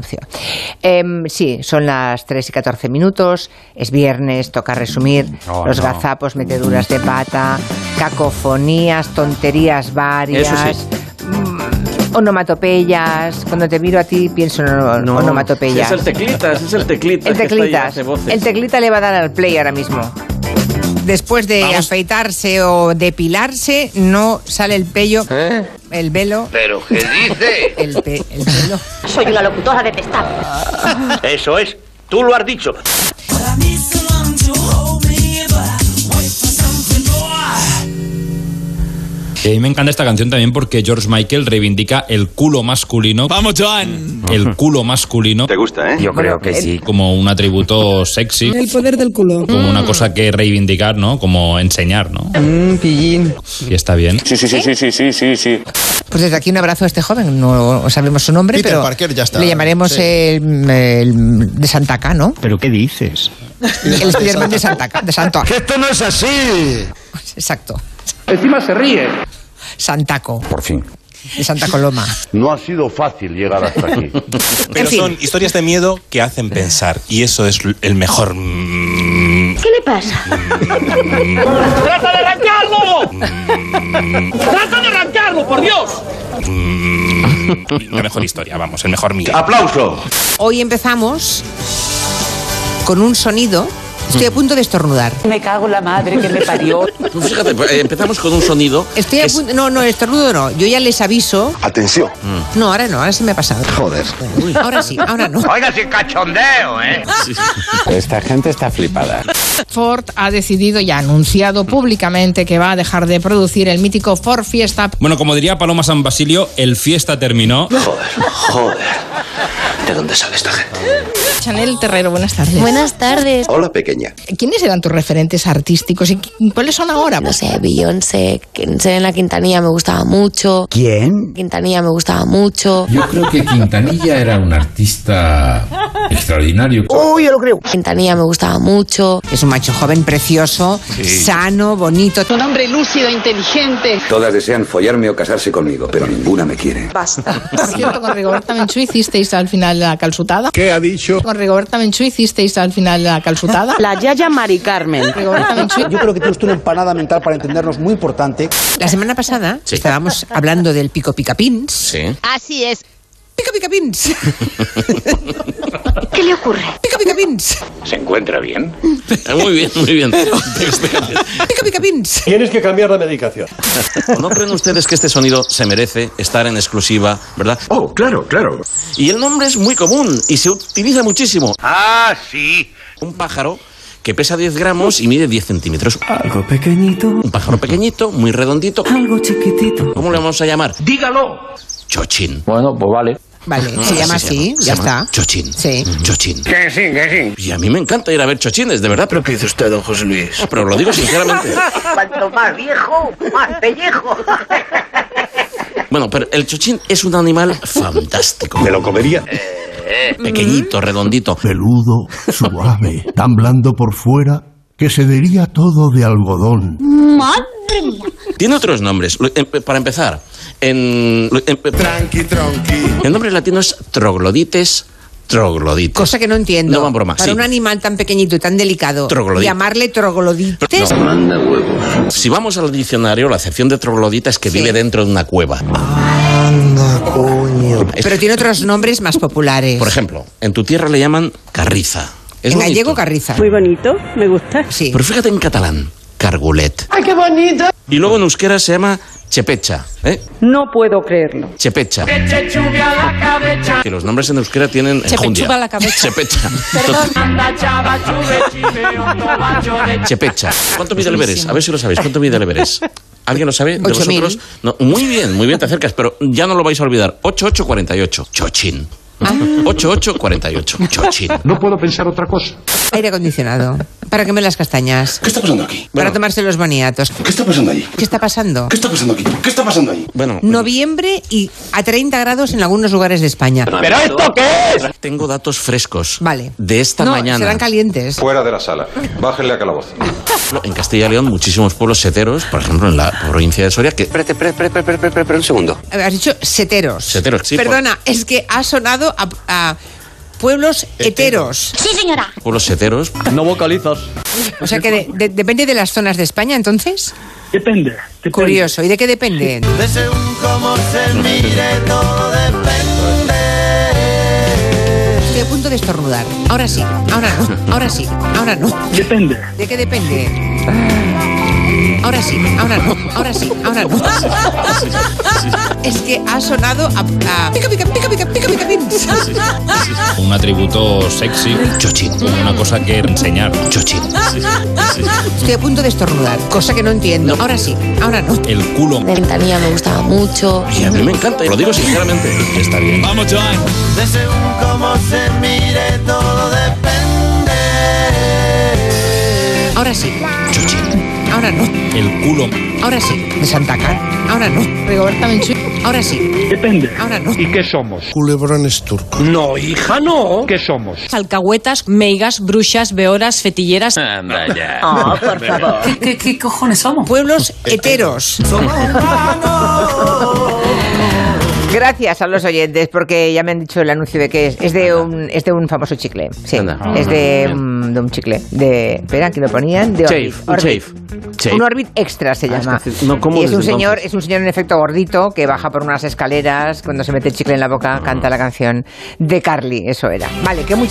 anuncio. Sí, son las 3:14. Es viernes, toca resumir los gazapos, meteduras de pata, cacofonías, tonterías varias. Eso sí. Onomatopeyas. Cuando te miro a ti pienso en onomatopeyas. Es el teclitas. El teclitas. El teclita le va a dar al play ahora mismo. Después de afeitarse o depilarse, no sale el pello, el velo. ¿Pero qué dice? El pelo. Soy una locutora detestable. Eso es, tú lo has dicho. Y a mí me encanta esta canción también porque George Michael reivindica el culo masculino. ¡Vamos, Joan! El culo masculino. ¿Te gusta, Yo creo que sí. Como un atributo sexy. El poder del culo. Como una cosa que reivindicar, ¿no? Como enseñar, ¿no? Pillín. Y está bien. Sí. Pues desde aquí un abrazo a este joven. No sabemos su nombre, Peter pero Parker, ya está. le llamaremos el de Santaca, ¿no? ¿Pero qué dices? El Spiderman de Santaca. De Santo. ¡Que esto no es así! Exacto. Encima se ríe. Santaco. Por fin. De Santa Coloma. No ha sido fácil llegar hasta aquí. Pero En fin. son historias de miedo que hacen pensar. Y eso es el mejor. ¿Qué le pasa? ¡Trata de arrancarlo! ¡Trata de arrancarlo, por Dios! La mejor historia, vamos, el mejor miedo. ¡Aplauso! Hoy empezamos con un sonido. Estoy a punto de estornudar. Me cago en la madre que me parió. Pues fíjate, empezamos con un sonido. Estoy a punto. No, estornudo no. Yo ya les aviso. Atención. No, ahora sí me ha pasado. Joder. Ahora sí, ahora no. Oiga, sin cachondeo, ¿eh? Esta gente está flipada. Ford ha decidido y ha anunciado públicamente que va a dejar de producir el mítico Ford Fiesta. Bueno, como diría Paloma San Basilio, el fiesta terminó. Joder. ¿De dónde sale esta gente? Chanel Terrero, buenas tardes. Buenas tardes. Hola, pequeña. ¿Quiénes eran tus referentes artísticos y cuáles son ahora? No sé, Beyoncé, Selena Quintanilla me gustaba mucho. ¿Quién? Quintanilla me gustaba mucho. Yo creo que Quintanilla era un artista extraordinario. ¡Uy, yo lo creo! Quintanilla me gustaba mucho. Es un macho joven precioso, sano, bonito. Un hombre lúcido, inteligente. Todas desean follarme o casarse conmigo, pero ninguna me quiere. Por cierto, con Rigoberta Menchú hicisteis al final la calzutada. ¿Qué ha dicho? Con Rigoberta Menchú hicisteis al final la calzutada. La Yaya Mari Carmen. Rigoberta Menchú. Yo creo que tienes una empanada mental para entendernos muy importante. La semana pasada estábamos hablando del pico picapins. Sí. Así es. Pico picapins. ¿Qué le ocurre? Pico picapins. ¿Se encuentra bien? Muy bien. Pico picapins. Tienes que cambiar la medicación. ¿No creen ustedes que este sonido se merece estar en exclusiva, verdad? Oh, claro. Y el nombre es muy común y se utiliza muchísimo. Ah, sí. Un pájaro que pesa 10 gramos y mide 10 centímetros. Algo pequeñito, Un pájaro pequeñito, muy redondito. algo chiquitito. ¿Cómo le vamos a llamar? Dígalo. Chochín. Bueno, pues vale. Vale, se llama así, Se ya llama está. Chochín. Sí. Chochín. Que sí. Y a mí me encanta ir a ver chochines, de verdad. ¿Pero qué dice usted, don José Luis? Pero lo digo sinceramente. Cuanto más viejo, más pellejo. Bueno, pero el chochín es un animal fantástico. ¿Me lo comería? Pequeñito, redondito. Peludo, suave, tan blando por fuera que se diría todo de algodón. Madre mía. Tiene otros nombres. Para empezar, Tranqui. el nombre latino es Troglodites troglodites. Cosa que no entiendo. No van bromas. Para sí. un animal tan pequeñito y tan delicado, Troglodite. llamarle troglodites. No. Manda huevos. Si vamos al diccionario, la acepción de troglodita es que Sí. vive dentro de una cueva. Anda, coño. Pero tiene otros nombres más populares. Por ejemplo, en tu tierra le llaman carriza. Es en bonito. gallego, carriza. Muy bonito, me gusta. Sí. Pero fíjate en catalán, cargulet. ¡Ay, qué bonito! Y luego en euskera se llama chepecha, ¿eh? No puedo creerlo. Chepecha. Que los nombres en euskera tienen enjundia. Chepechuga la cabeza. Chepecha. Chepecha. ¿Cuánto mide el Everest? A ver si lo sabéis. ¿Cuánto mide el Everest? ¿Alguien lo sabe de 8.000. vosotros? No, muy bien, te acercas, pero ya no lo vais a olvidar. 8848. Chochín. 8848. Chochín. No puedo pensar otra cosa. Aire acondicionado. ¿Para qué me las castañas? ¿Qué está pasando aquí? Para tomarse los boniatos. ¿Qué está pasando allí? ¿Qué está pasando? ¿Qué está pasando aquí? ¿Qué está pasando allí? Bueno, Noviembre y a 30 grados en algunos lugares de España. ¿Pero esto qué es? tengo datos frescos. Vale. De esta no, mañana. serán calientes. Fuera de la sala. Bájenle a calabozo. En Castilla y León, muchísimos pueblos seteros, por ejemplo, en la provincia de Soria, que... Espérate un segundo. Has dicho seteros. Seteros, sí. Perdona, es que ha sonado a pueblos heteros. Sí, señora. Pueblos seteros. No vocalizas. O sea que depende de las zonas de España, entonces. Depende. Curioso. ¿Y de qué depende? De según cómo se mire, todo depende. Estoy a punto de estornudar. Ahora sí, ahora no, ahora sí, ahora no. Depende. ¿De qué depende? Ahora sí, ahora no, ahora sí, ahora no. Es que ha sonado a pica, pica, pica, pica, pica, pica, pin. Un atributo sexy. Chochín. Una cosa que enseñar. Chochín. Estoy a punto de estornudar, cosa que no entiendo. Ahora sí, ahora no. El culo. De Quintanilla me gustaba mucho. Y a mí me encanta, lo digo sinceramente. Está bien. Vamos, Joan. De según cómo se mire, todo depende. Ahora sí, Chochín. ahora no. El culo. Ahora sí, de Santa Car. Ahora no. Rigoberta Menchú. Ahora sí, Depende. ahora no. ¿Y qué somos? Culebrones turcos. No, hija, no. ¿Qué somos? Alcahuetas, meigas, bruxas, beoras, fetilleras. Anda ya. Oh, por favor. ¿Qué cojones somos? Pueblos heteros. Gracias a los oyentes, porque ya me han dicho el anuncio de que es de un famoso chicle. Sí, Anda. es de un chicle. Espera, aquí lo ponían. De Orbit. Chafe. Un Orbit Extra se llama. no, ¿cómo y es un desde señor, entonces? es un señor en efecto gordito que baja por unas escaleras, cuando se mete el chicle en la boca canta la canción de Carly, eso era. Vale, que muchas